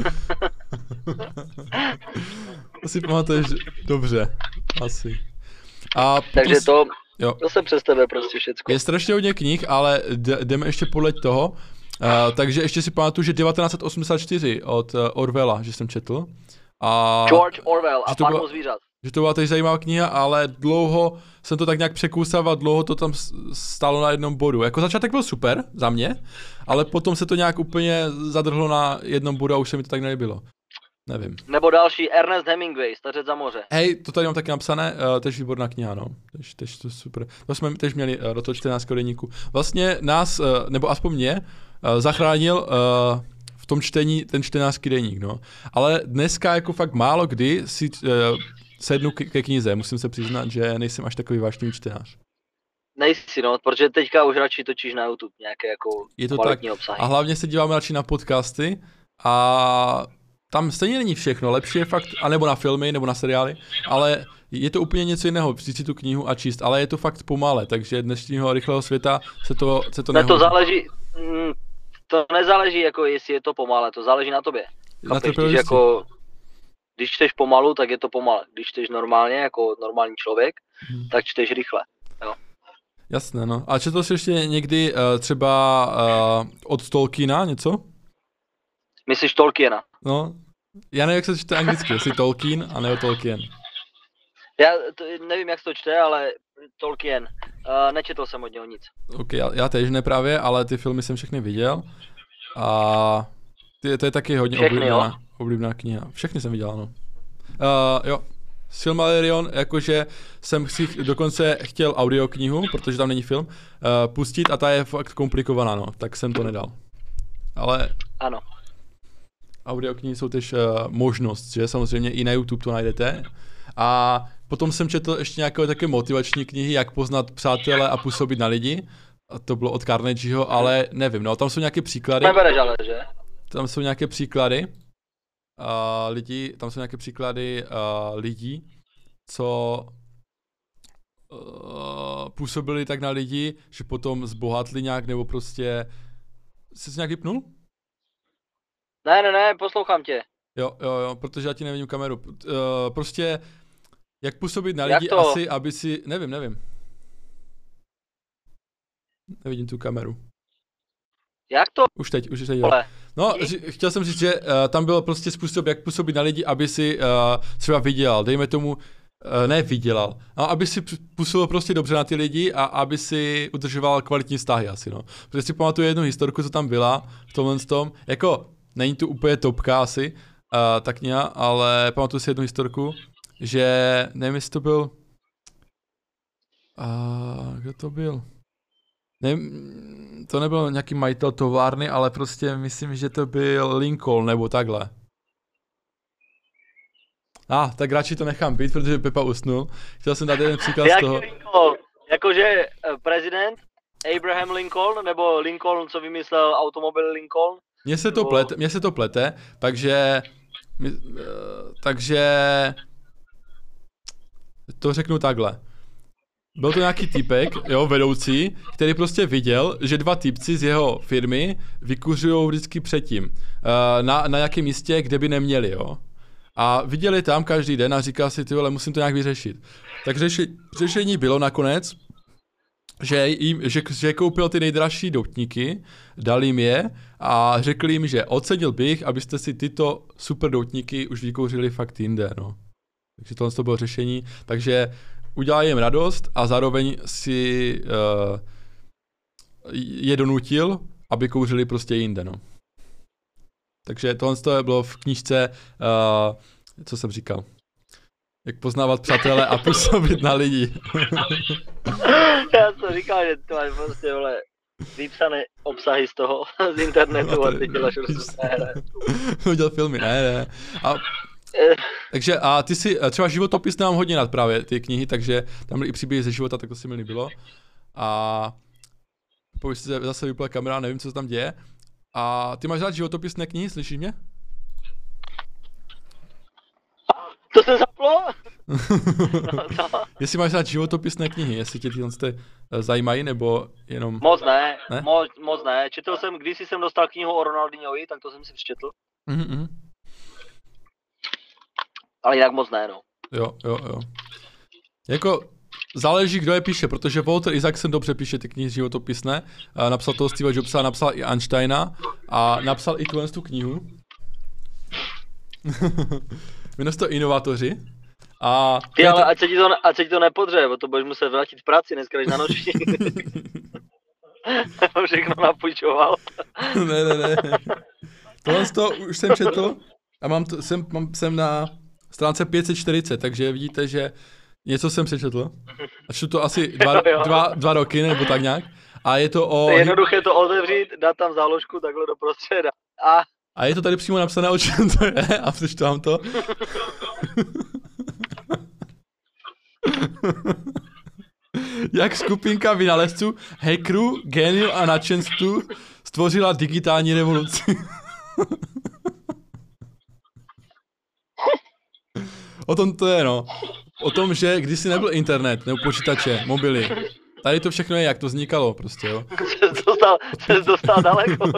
To si pamatuješ dobře, asi. A potom Takže s- to, jo. zase přes tebe prostě všecko. Je strašně hodně knih, ale d- jdeme ještě podle toho. Uh, takže ještě si pamatuju, že devatenáct set osmdesát čtyři od uh, Orwella, že jsem četl. A George Orwell a že to Farmu bylo- zvířat. že to byla teď zajímavá kniha, ale dlouho jsem to tak nějak překousával, dlouho to tam s- stálo na jednom bodu. Jako začátek byl super za mě, ale potom se to nějak úplně zadrhlo na jednom bodu a už se mi to tak nelíbilo. Nevím. Nebo další Ernest Hemingway, Stařec za moře. Hej, to tady mám taky napsané, uh, tež výborná kniha, no. Tež, tež to je super. To jsme tež měli uh, do toho čtrnáctého deníku. Vlastně nás, uh, nebo aspoň mě, uh, zachránil uh, v tom čtení ten čtenářský deník, no. Ale dneska jako fakt málo kdy si uh, sednu ke, ke knize, musím se přiznat, že nejsem až takový vášnivý čtenář. Nejsi no, protože teďka už radši točíš na YouTube nějaké jako Je to kvalitní obsahy. A hlavně se díváme radši na podcasty a tam stejně není všechno, lepší je fakt, anebo na filmy, nebo na seriály, ale je to úplně něco jiného, přijít si tu knihu a číst, ale je to fakt pomale, takže dnešního rychlého světa se to, se to Ne, to nehodí. záleží, mm, to nezáleží jako jestli je to pomalé, to záleží na tobě. Na Chápeš, trpělivosti. když jako, když čteš pomalu, tak je to pomalé. Když čteš normálně, jako normální člověk, Hmm. tak čteš rychle. Jasné, no. A četl jsi ještě někdy uh, třeba uh, od Tolkiena něco? Myslíš Tolkiena? No, já nevím, jak se to čte anglicky, jestli Tolkien a nebo Tolkien. Já to, nevím, jak se to čte, ale Tolkien. Uh, nečetl jsem od něho nic. Ok, já, já tež ne právě, ale ty filmy jsem všechny viděl. A ty, to je taky hodně Všechny, oblíbená, oblíbená kniha. Všechny jsem viděl, no. Uh, jo. Silmarillion, jakože jsem si dokonce chtěl audioknihu, protože tam není film, uh, pustit a ta je fakt komplikovaná, no. Tak jsem to nedal. Ale Ano. audioknihy jsou tež uh, možnost, že samozřejmě i na YouTube to najdete. A potom jsem četl ještě nějaké také motivační knihy, jak poznat přátele a působit na lidi. A to bylo od Carnegieho, ale nevím, no tam jsou nějaké příklady. Nebereš ale, že? Tam jsou nějaké příklady uh, lidí, tam jsou nějaké příklady uh, lidí, co uh, působili tak na lidi, že potom zbohatli nějak, nebo prostě... Jsi se nějak vypnul? Ne, ne, ne, poslouchám tě. Jo, jo, jo, protože já ti nevidím kameru. Uh, prostě, jak působit na Jak lidi to? asi, aby si, nevím, nevím. Nevidím tu kameru. Jak to? Už teď, už teď, jo. Vole. No, ři- chtěl jsem říct, že uh, tam byl prostě způsob, jak působit na lidi, aby si uh, třeba vydělal, dejme tomu, uh, ne vydělal, no, aby si p- působil prostě dobře na ty lidi a aby si udržoval kvalitní vztahy asi, no. Protože si pamatuju jednu historku, co tam byla v tomhle tom, jako, není to úplně topka asi, uh, ta kniha, ale pamatuju si jednu historku, že nevím, jestli to byl, uh, kdo to byl? Ne, to nebyl nějaký majitel továrny, ale prostě myslím, že to byl Lincoln nebo takhle. A, ah, tak radši to nechám být, protože Pepa usnul. Chtěl jsem dát jeden příklad z toho. Lincoln? Jakože prezident Abraham Lincoln, nebo Lincoln, co vymyslel automobil Lincoln? Mně se to, nebo... plete, mně se to plete, takže... Takže... To řeknu takhle. Byl to nějaký týpek, jo, vedoucí, který prostě viděl, že dva týpci z jeho firmy vykuřujou vždycky předtím. Na, na nějakém místě, kde by neměli, jo. A viděli tam každý den a říkal si, ty vole, musím to nějak vyřešit. Tak řeši, řešení bylo nakonec, že, jim, že, že koupil ty nejdražší doutníky, dal jim je a řekl jim, že ocenil bych, abyste si tyto super doutníky už vykouřili fakt jinde, no. Takže tohle to bylo řešení, takže udělal jim radost a zároveň si uh, je donutil, aby kouřili prostě jinde, no. Takže tohle to bylo v knížce, uh, co jsem říkal, jak poznávat přátele a působit na lidi. Já jsem říkal, že to máš prostě, vole, vypsané obsahy z toho, z internetu a ty děláš prostě ne, udělal filmy, ne, ne. A, takže a ty si, třeba životopis nemám hodně nad právě ty knihy, takže tam byly i příběhy ze života, tak to si mi líbilo. A pokud se zase vypla kamera, nevím, co se tam děje. A ty máš rád životopisné knihy, slyšíš mě? To se zaplo? No, jestli máš rád životopisné knihy, jestli tě tyhle zajímají, nebo jenom... Moc ne, ne? Moc, moc ne. Četl jsem, když jsem dostal knihu o Ronaldinhovi, tak to jsem si přečetl. Mm-hmm. Ale jinak moc ne, no. Jo, jo, jo. Jako, záleží, kdo je píše, protože Walter Isaacson dobře píše ty knihy životopisné. Napsal toho Steva Jobsa, napsal i Einsteina a napsal i tuhle tu knihu. Jmenuje se to Inovátoři. A ty ale ať se ti to, ať se ti to nepodře, bo to budeš muset vrátit v práci, dneska jdeš na noční. Všechno napůjčoval. ne, ne, ne. Tohle z toho už jsem četl a mám to, jsem, mám, jsem na stránce pět set čtyřicet, takže vidíte, že něco jsem přečetl. A čtu to asi dva, dva, dva roky nebo tak nějak. A je to o... To je jednoduché to otevřít, dát tam záložku takhle do prostřed a... A je to tady přímo napsané, o čem to je, a přečtu vám to. Jak skupinka vynálezců, hackerů, géniů a nadšenců stvořila digitální revoluci. O tom to je, no. O tom, že kdysi nebyl internet, nebo počítače, mobily. Tady to všechno je, jak to vznikalo, prostě, jo. Jsi dostal, jsi dostal daleko.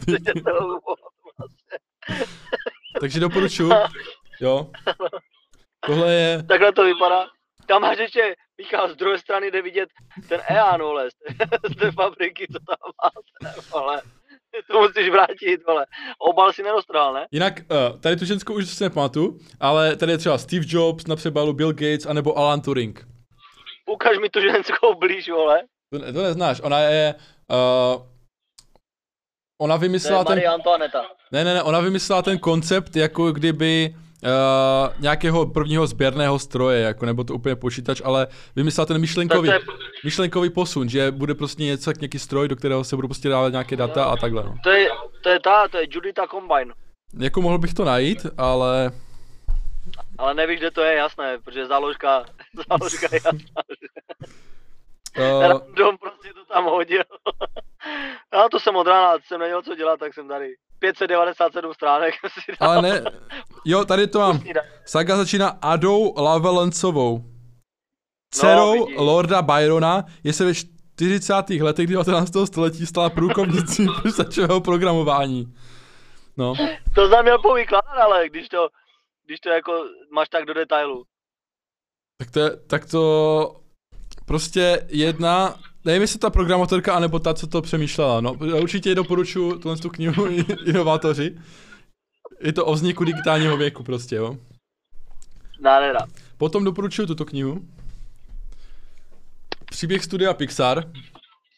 Takže doporučuji, jo. Tohle je... Takhle to vypadá. Tam máš ještě, Michal, z druhé strany jde vidět ten Ean, vole, z té fabriky, co tam máte, vole. To musíš vrátit, vole. Obal si neroztrhal, ne? Jinak, uh, tady tu ženskou už si nepamatuju, ale tady je třeba Steve Jobs, na přebalu Bill Gates, anebo Alan Turing. Ukaž mi tu ženskou blíž, vole. To, to neznáš, ona je... Uh, ona vymyslela to je Marie ten... Antoinetta. Ne, ne, ne, ona vymyslela ten koncept, jako kdyby... Uh, nějakého prvního sběrného stroje, jako, nebo to úplně počítač, ale vymyslela ten myšlenkový, je... myšlenkový posun, že bude prostě něco, nějaký stroj, do kterého se budou prostě dávat nějaké data a takhle, no. To je, to je ta, to je Judita Combine. Jako mohl bych to najít, ale... Ale nevíš, kde to je, jasné, protože záložka, záložka je jasná. Uh... Random prostě to tam hodil. Já to jsem od rána, jsem neměl co dělat, tak jsem tady. pět set devadesát sedm stránek si dal. Ale ne, jo, tady to mám. Saga začíná Adou Lovelancovou. Dcerou no, Lorda Byrona je se ve čtyřicátých letech devatenáctého století stala průkopnicí počítačového programování. No. To jsem měl povykládat, ale když to, když to jako máš tak do detailu. Tak to, tak to prostě jedna, nevím, jestli ta programátorka, anebo ta, co to přemýšlela, no. Určitě doporučuji tuhle tu knihu Inovátoři. Je to o vzniku digitálního věku prostě, jo. Nádhera. Potom doporučuji tuto knihu. Příběh studia Pixar.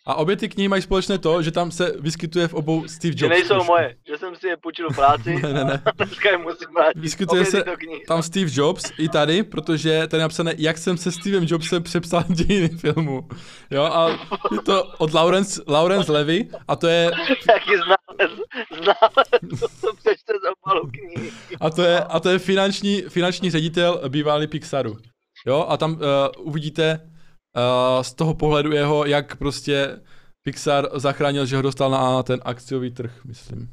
A obě ty knihy mají společné to, že tam se vyskytuje v obou Steve Jobs. Že nejsou trošku. moje, že jsem si je půjčil v práci Ne, ne, ne. a dneska je musím vrátit. Vyskytuje Obě se tyto knihy. tam Steve Jobs i tady, protože tady je napsané, jak jsem se Stevem Jobsem přepsal dějiny filmu. Jo, a je to od Lawrence, Lawrence Levy a to je, Jaký znalec, znalec, to co přečte z obalu knihy. a to je, a to je finanční, finanční ředitel bývalý Pixaru. Jo, a tam uh, uvidíte uh, z toho pohledu jeho, jak prostě Pixar zachránil, že ho dostal na ten akciový trh, myslím.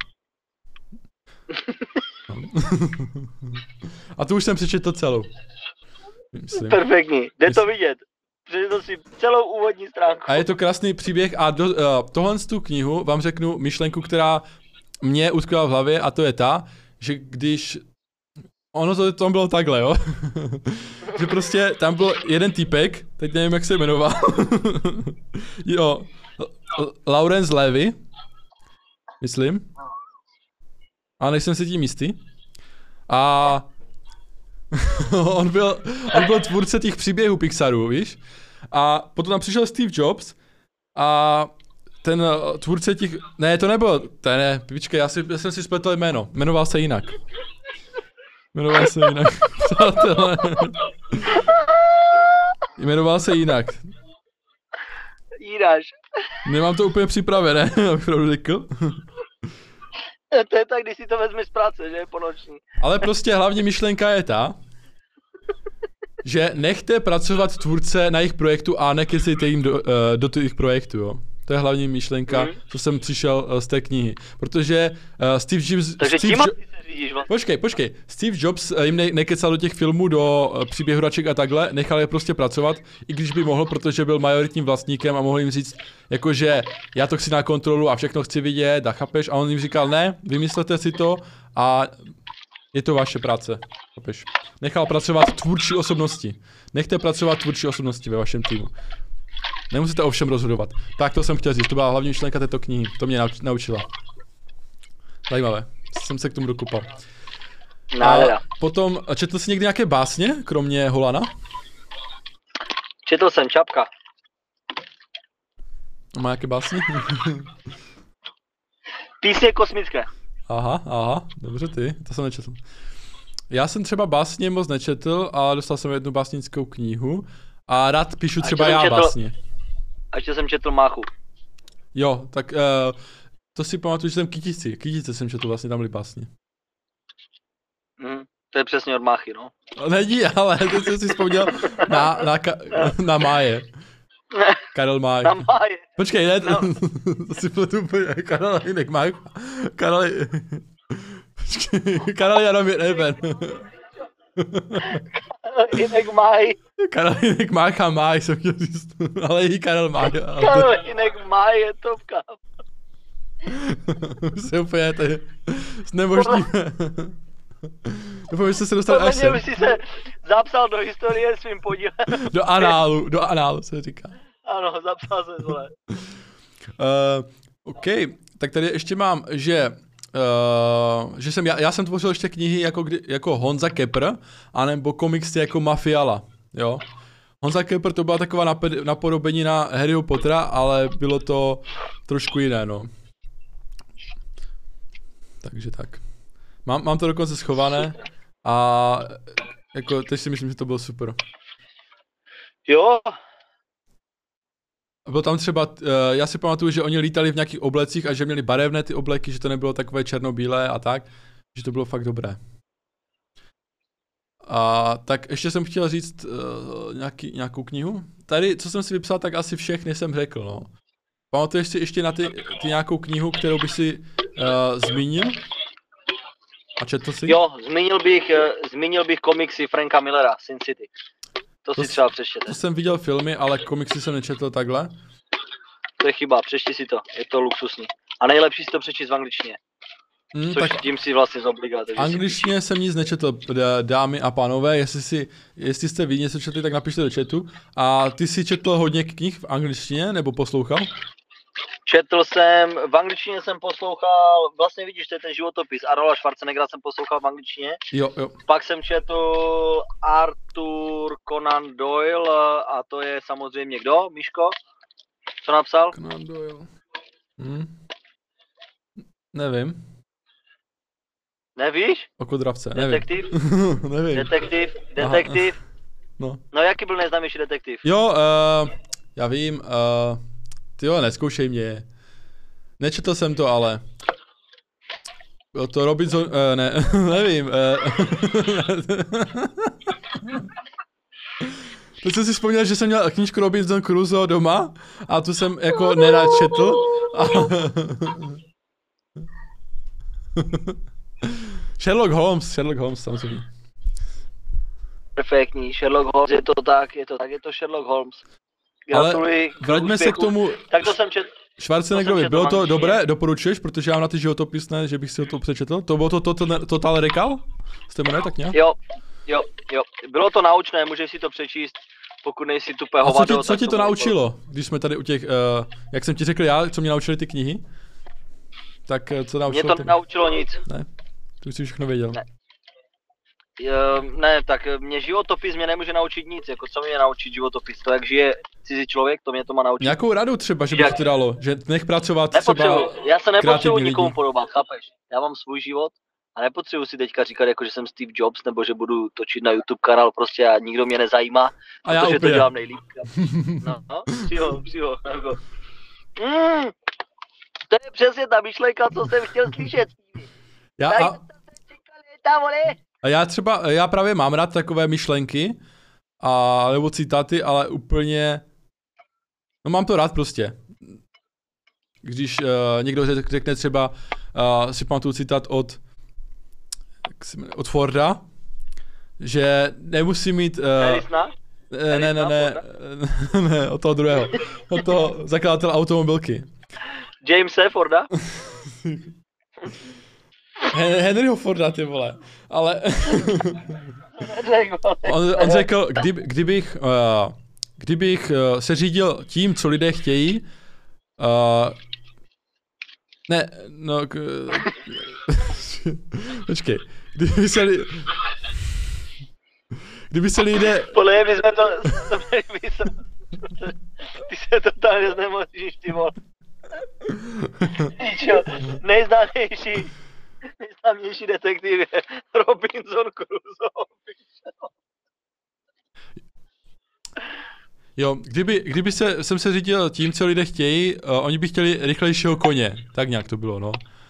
A tu už jsem přečetl celou. Myslím. Perfektní, jde to vidět. Přečetl si celou úvodní stránku. A je to krásný příběh a do, uh, tohle z tu knihu vám řeknu myšlenku, která mě utkvěla v hlavě a to je ta, že když ono to tam bylo takhle, jo. Že prostě tam byl jeden týpek, teď nevím, jak se jmenoval. Jo, L- Lawrence Levy, myslím. A nejsem si tím jistý. A on byl, on byl tvůrce těch příběhů Pixaru, víš? A potom tam přišel Steve Jobs a ten uh, tvůrce těch, ne, to nebyl, to ne, počkej, já, si, já jsem si spletl jméno, jmenoval se jinak. Jmenoval se jinak, přátelé. Jmenoval se jinak. Jíráš. Nemám to úplně připravené, abych pravdu řekl. To je tak, když si to vezmeš z práce, že je ponoční. Ale prostě hlavní myšlenka je ta, že nechte pracovat tvůrce na jejich projektu a nekecejte jim do, uh, do těch projektů, jo. To je hlavní myšlenka, mm. co jsem přišel uh, z té knihy. Protože uh, Steve Jobs... Takže Steve tím jo- si se řídíš vlastně. Počkej, počkej. Steve Jobs uh, jim ne- nekecal do těch filmů, do uh, příběhu hraček a takhle, nechal je prostě pracovat, i když by mohl, protože byl majoritním vlastníkem a mohl jim říct, jakože já to chci na kontrolu a všechno chci vidět a chápeš? A on jim říkal, ne, vymyslete si to a je to vaše práce, chápeš? Nechal pracovat tvůrčí osobnosti. Nechte pracovat tvůrčí osobnosti ve vašem týmu. Nemusíte o všem rozhodovat. Tak to jsem chtěl říct, to byla hlavní myšlenka této knihy, to mě nauč- naučila. Zajímavé, jsem se k tomu dokupal. Nádhera. A potom, četl jsi někdy nějaké básně, kromě Holana? Četl jsem Čapka. Má nějaké básně? Písně kosmické. Aha, aha, dobře ty, to jsem nečetl. Já jsem třeba básně moc nečetl, ale dostal jsem jednu básnickou knihu a rád píšu třeba já četl, básně. A ještě jsem četl Máchu. Jo, tak uh, to si pamatuju, že jsem Kytici, Kytice jsem četl, vlastně tam byly básně. Hm, to je přesně od Máchy, no. Není, ale teď jsem si vzpomněl na, na, ka- na Máje. Karel Máj. Na Máje. Počkej, ne, to, No. to si pletu úplně, Karel Hinek Máj. Karel, počkej, Karel Jaromír Eben. Hinek Máj. Karel Hinek Mácha Máj, jsem chtěl říct, ale i Karel Máj. Karel Hinek Máj je topka. Se úplně tady znemožníme. Doufám, že jste se dostali Podle až mě sem. už si se zapsal do historie svým podílem. Do análu, do análu se říká. Ano, zapsal se, vole. Uh, OK, tak tady ještě mám, že, uh, že jsem, já, já jsem tvořil ještě knihy jako, kdy, jako Honza Kepr, anebo komiksy jako Mafiala, jo. Honza Kepr to byla taková naped, napodobení na Harryho Pottera, ale bylo to trošku jiné, no. Takže tak. Mám, mám to dokonce schované a jako teď si myslím, že to bylo super. Jo, Byl tam třeba, uh, já si pamatuju, že oni lítali v nějakých oblecích a že měli barevné ty obleky, že to nebylo takové černobílé a tak, že to bylo fakt dobré. A tak ještě jsem chtěl říct uh, nějaký, nějakou knihu. Tady, co jsem si vypsal, tak asi všechny jsem řekl, no. Pamatuješ si ještě na ty, ty nějakou knihu, kterou by si uh, zmínil? A četl jsi? jo, zmínil bych, eh, zmínil bych komiksy Franka Millera, Sin City. To, To si s- třeba přečtěte. To jsem viděl filmy, ale komiksy jsem nečetl takhle. To je chyba, přečti si to, je to luxusní. A nejlepší si to přečíst v angličtině, Hmm, což tak tím si vlastně zobligá. takže si- angličtině jsem nic nečetl, d- dámy a pánové, jestli, si, jestli jste vy něco četli, tak napište do chatu. A ty jsi četl hodně knih v angličtině, nebo poslouchal? Četl jsem, v angličtině jsem poslouchal, vlastně vidíš, to je ten životopis Arnolda Schwarzeneggera jsem poslouchal v angličtině. Jo, jo. Pak jsem četl Arthur Conan Doyle a to je samozřejmě kdo, Miško? Co napsal? Conan Doyle. Hm? Nevím. Nevíš? Oko dravce, nevím. Detektiv? Nevím. Detektiv? Detektiv? Aha. No. No jaký byl nejznámější detektiv? Jo, uh, já vím, uh, tyjo, neskoušej mě. Nečetl jsem to, ale. Byl to Robinson, uh, ne, nevím. Uh, Teď jsem si vzpomněl, že jsem měl knížku Robinson Crusoe doma a tu jsem jako nerad četl. A Sherlock Holmes, Sherlock Holmes samozřejmě. Perfektní, Sherlock Holmes, je to tak, je to tak, je to Sherlock Holmes. Gratuluji. Ale vraťme se k tomu Tak to jsem čet... Schwarzeneggerovi, bylo to dobré, doporučuješ, protože já mám na ty životopisné, že bych si to přečetl. To bylo to, to, to Total Recall? Jste jmenuje tak nějak? Jo, jo, jo, bylo to naučné, můžeš si to přečíst, pokud nejsi tupé hovado. A co ti, co ti to naučilo, bylo. Když jsme tady u těch, uh, jak jsem ti řekl já, co mě naučili ty knihy? Tak co naučilo? Mě to ty... nenaučilo nic. Ne, to už jsi všechno věděl. Ne. Uh, ne, tak mě životopis mě nemůže naučit nic, jako co mě naučit životopis, to jak žije cizí člověk, to mě to má naučit. Nějakou radu třeba, že by to dalo, že nech pracovat nepotřebuji. třeba Já se nepotřebuji nikomu podobat, chápeš? Já mám svůj život a nepotřebuji si teďka říkat, jako že jsem Steve Jobs, nebo že budu točit na YouTube kanál prostě a nikdo mě nezajímá, a protože já to dělám nejlíp. No, no, přiho, přiho, jako. Mm, to je přesně ta myšlenka, co jsem chtěl slyšet. Já, a... a já třeba, já právě mám rád takové myšlenky, a, nebo citáty, ale úplně, no mám to rád prostě. Když uh, někdo řekne třeba, uh, si pamatuju citát od, jak se jmenuje, od Forda, že nemusí mít... Uh, ne, ne, ne, ne, ne, od toho druhého, od toho zakladatele automobilky. Jamese Forda? Henryho Forda, ty vole, ale... on, on řekl, kdy, kdybych, uh, kdybych uh, se řídil tím, co lidé chtějí, uh, ne, no, k, počkej, kdyby se li, kdyby se lidé... Podle my jsme to, to my jsme, ty se totálně znemocníš, ty vole. Čo, nejznámější, nejznámější detektiv je Robinson Crusoe. Jo, kdyby, kdyby se, jsem se řídil tím, co lidé chtějí, uh, oni by chtěli rychlejšího koně, tak nějak to bylo, no.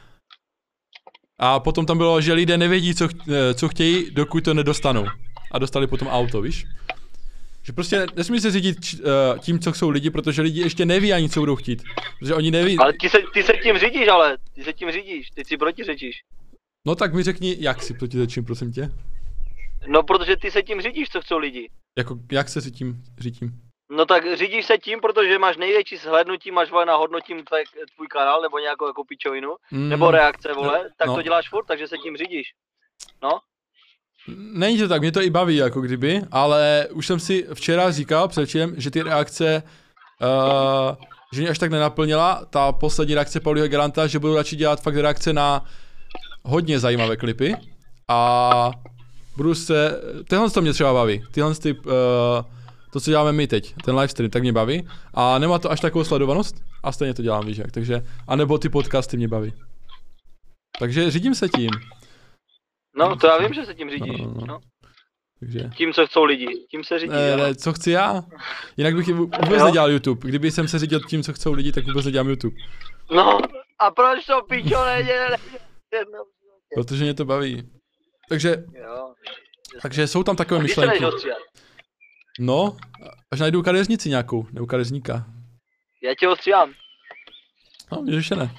A potom tam bylo, že lidé nevědí, co, co chtějí, dokud to nedostanou. A dostali potom auto, víš? Že prostě nesmí se řídit uh, tím, co chcou lidi, protože lidi ještě neví ani, co budou chtít. Protože oni neví. Ale ty se, ty se tím řídíš, ale ty se tím řídíš, ty si protiřečíš. No tak mi řekni, jak si protiřečím, prosím tě. No protože ty se tím řídíš, co chcou lidi. Jako, jak se tím řídím? No tak řídíš se tím, protože máš největší shlédnutí, máš vole na hodnotím tvoj, tvůj kanál, nebo nějakou jako pičovinu, mm, nebo reakce, vole, tak no. To děláš furt, takže se tím řídíš. No. Není to tak, mě to i baví, jako kdyby, ale už jsem si včera říkal předčím, že ty reakce, uh, že mě až tak nenaplnila, ta poslední reakce Pauliho Garanta, že budu radši dělat fakt reakce na hodně zajímavé klipy a budu se, tenhle to mě třeba baví, tyhle ty, uh, to, co děláme my teď, ten livestream, tak mě baví a nemá to až takovou sledovanost a stejně to dělám, víš jak, takže, anebo ty podcasty mě baví. Takže řídím se tím. No, to já vím, že se tím řídíš, no. no, no. Takže... Tím, co chcou lidi, tím se řídíš, ne, ne, co chci já? Jinak bych vůbec no. nedělal YouTube, kdyby jsem se řídil tím, co chcou lidi, tak vůbec nedělám YouTube. No, a proč to pičo nedělá? Protože mě to baví. Takže, jo, takže jsou tam takové myšlenky. No, až najdu kadeřnici nějakou, nebo kadeřníka. Já tě ostříhám. No, mě ještě ne.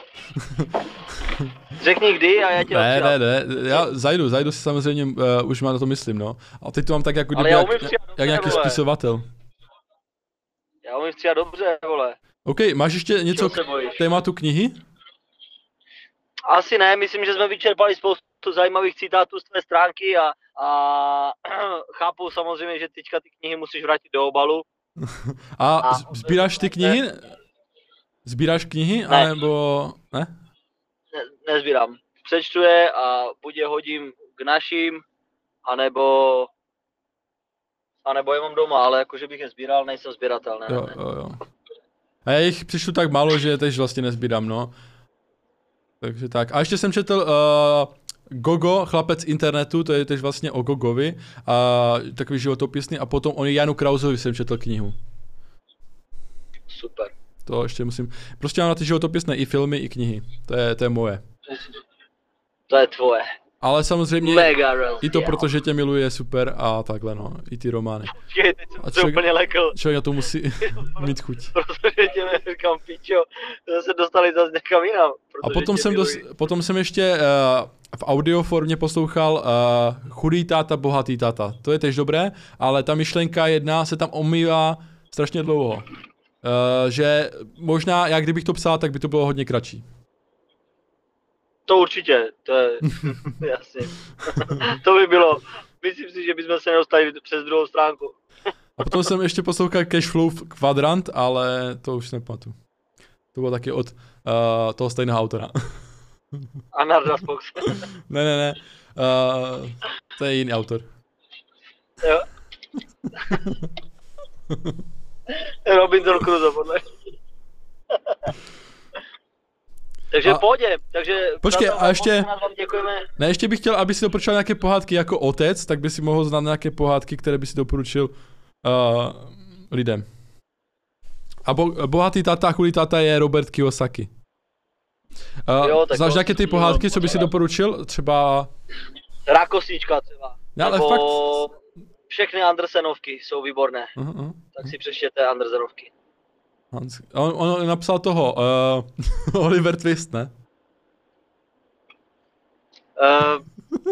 Řekni kdy a já tě Ne, ne, ne, já zajdu, zajdu si samozřejmě, uh, už má na to myslím, no. A teď to mám tak jako kdyby jak, jak, jak nějaký vole. Spisovatel. Já umím stříhat dobře, vole. OK, máš ještě něco k tématu knihy? Asi ne, myslím, že jsme vyčerpali spoustu zajímavých citátů z tvé stránky a, a chápu samozřejmě, že teďka ty knihy musíš vrátit do obalu. a, a sbíráš ty knihy? Sbíráš knihy, ne. Anebo... ne? Ne, nezbírám. Přečtu je a buď je hodím k našim, anebo... anebo je mám doma, ale jakože bych je sbíral, nejsem sběratel, ne, jo, ne. Jo, jo. A já jich přišlu tak málo, že je tež vlastně nezbírám, no. Takže tak. A ještě jsem četl uh, Gogo, chlapec internetu, to je tež vlastně o Gogovi, a takový životopisný, a potom o Janu Krausovi jsem četl knihu. Super. To ještě musím, prostě mám na ty životopisné i filmy, i knihy, to je, to je moje. To je tvoje. Ale samozřejmě Mega i to, protože tě miluje, super a takhle no, i ty romány. Počkej, teď jsem A se úplně lekl. Člověk na to musí mít chuť. Protože tě říkám, pičo, jsme se dostali zase někam jinam. A potom jsem, dos, potom jsem ještě uh, v audioformě poslouchal uh, Chudý táta, bohatý táta. To je tež dobré, ale ta myšlenka jedna se tam omývá strašně dlouho. Uh, že možná, já kdybych to psal, tak by to bylo hodně kratší. To určitě, to je jasně. To by bylo, myslím si, že bychom se nedostali přes druhou stránku. A potom jsem ještě poslouchal Cashflow Quadrant, ale to už nepamatuju. To bylo taky od uh, toho stejného autora. A Narda Spox. Ne, ne, ne. Uh, to je jiný autor. Jo. Robinson Crusoe, podle. Takže a, v pohodě, takže... Počkej, a ještě... Vám děkujeme. Ne, ještě bych chtěl, aby si doporučil nějaké pohádky jako otec, tak by si mohl znát nějaké pohádky, které by si doporučil uh, lidem. A bo, bohatý táta a chudý táta je Robert Kiyosaki. Uh, Jo, znáš to, nějaké ty pohádky, co by si doporučil? Třeba... Rakosnička třeba. Ne, ale Nebo fakt... všechny Andersenovky jsou výborné. Uh, uh, Tak si přečtěte Andersenovky. Hans. On, on napsal toho, uh, Oliver Twist, ne? Uh,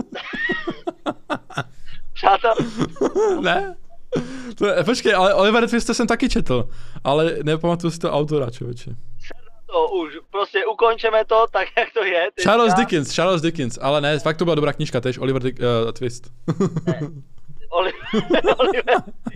Přátel. Ne? To je, počkej, ale Oliver Twist jsem taky četl, ale nepamatuju si to autora, člověče. To už, prostě ukončeme to tak, jak to je. Teďka. Charles Dickens, Charles Dickens, ale ne, fakt to byla dobrá knížka, tež Oliver Dick, uh, Twist. Ne. Oli, Oliver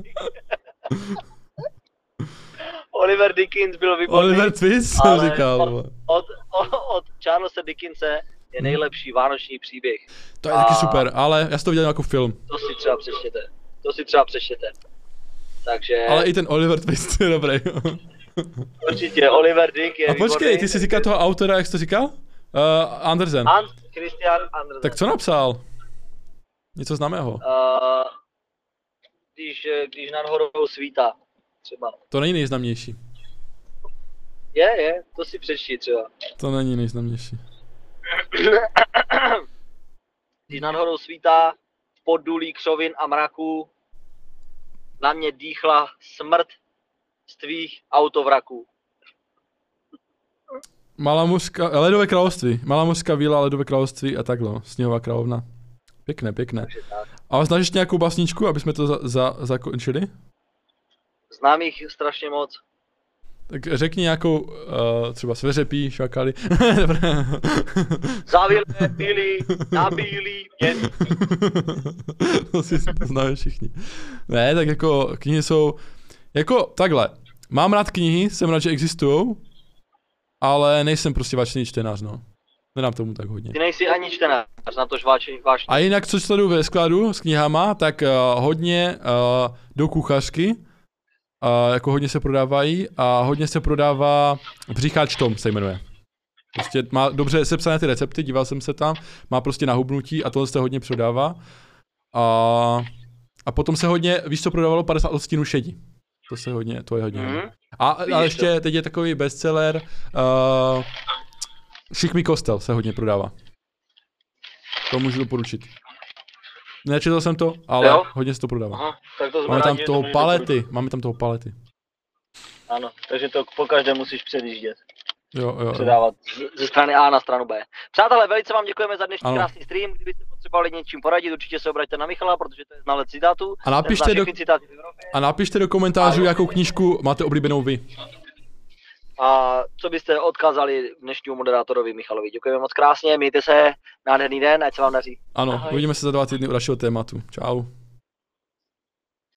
Oliver Dickens byl výborný. Oliver Twist jsem říkal. Od, od, od, od Charlesa Dickense je nejlepší vánoční příběh. To je taky super, ale já jsem to viděl jako film. To si třeba přečtěte. To si třeba přečtěte. Takže... Ale i ten Oliver Twist je dobrý. Určitě, Oliver Dick je A počkej, výborný. ty jsi říkal toho autora, jak jsi to říkal? Uh, Andersen. Hans Christian Andersen. Tak co napsal? Něco známého. Uh, když, když nad horou svítá, třeba. To není nejznámější. Je, je, to si přečti třeba. To není nejznámější. Když nad horou svítá, v poddůlí křovin a mraků, na mě dýchla smrt z tvých autovraků. Malá mužka, Ledové království. Malá mužka víla, Ledové království a takhle. Sněhová královna. Pěkné, pěkné. A znáš ještě nějakou básničku, aby jsme to za, za, zakončili? Znám jich strašně moc. Tak řekni nějakou, uh, třeba sveřepí, švakaly. Závěré byli na bílý měny. To si známe všichni. Ne, tak jako knihy jsou, jako takhle. Mám rád knihy, jsem rád, že existujou, ale nejsem prostě vášený čtenář, no. Nedám tomu tak hodně. Ty nejsi ani čtenář, na tož vášený. A jinak, co sleduju ve skladu s knihama, tak uh, hodně uh, do kuchařky. Uh, jako hodně se prodávají a hodně se prodává Břicháč Tom se jmenuje. Prostě má dobře sepsané ty recepty, díval jsem se tam, má prostě nahubnutí a tohle se hodně prodává. A, a potom se hodně, víš co prodávalo padesát odstínů šedi. To se hodně, to je hodně. Mm-hmm. A, a ještě to. Teď je takový bestseller, uh, Šikmý kostel se hodně prodává. To můžu doporučit. Nečetl jsem to, ale jo? Hodně se to prodává. Aha, tak to máme tam rádi, toho palety, máme tam toho palety. Ano, takže to po každé musíš předjíždět. Jo, jo, předávat z, ze strany A na stranu B. Přátelé, velice vám děkujeme za dnešní ano. krásný stream. Kdybyste potřebovali něčím poradit, určitě se obraťte na Michala, protože to je znalec citátů. A napište, do, a napište do komentářů, ano. jakou knížku máte oblíbenou vy. A co byste odkázali dnešnímu moderátorovi Michalovi. Děkujeme moc krásně, mějte se, nádherný den, ať se vám daří. Ano, ahoj. Uvidíme se za dva týdny u dalšího tématu. Čau.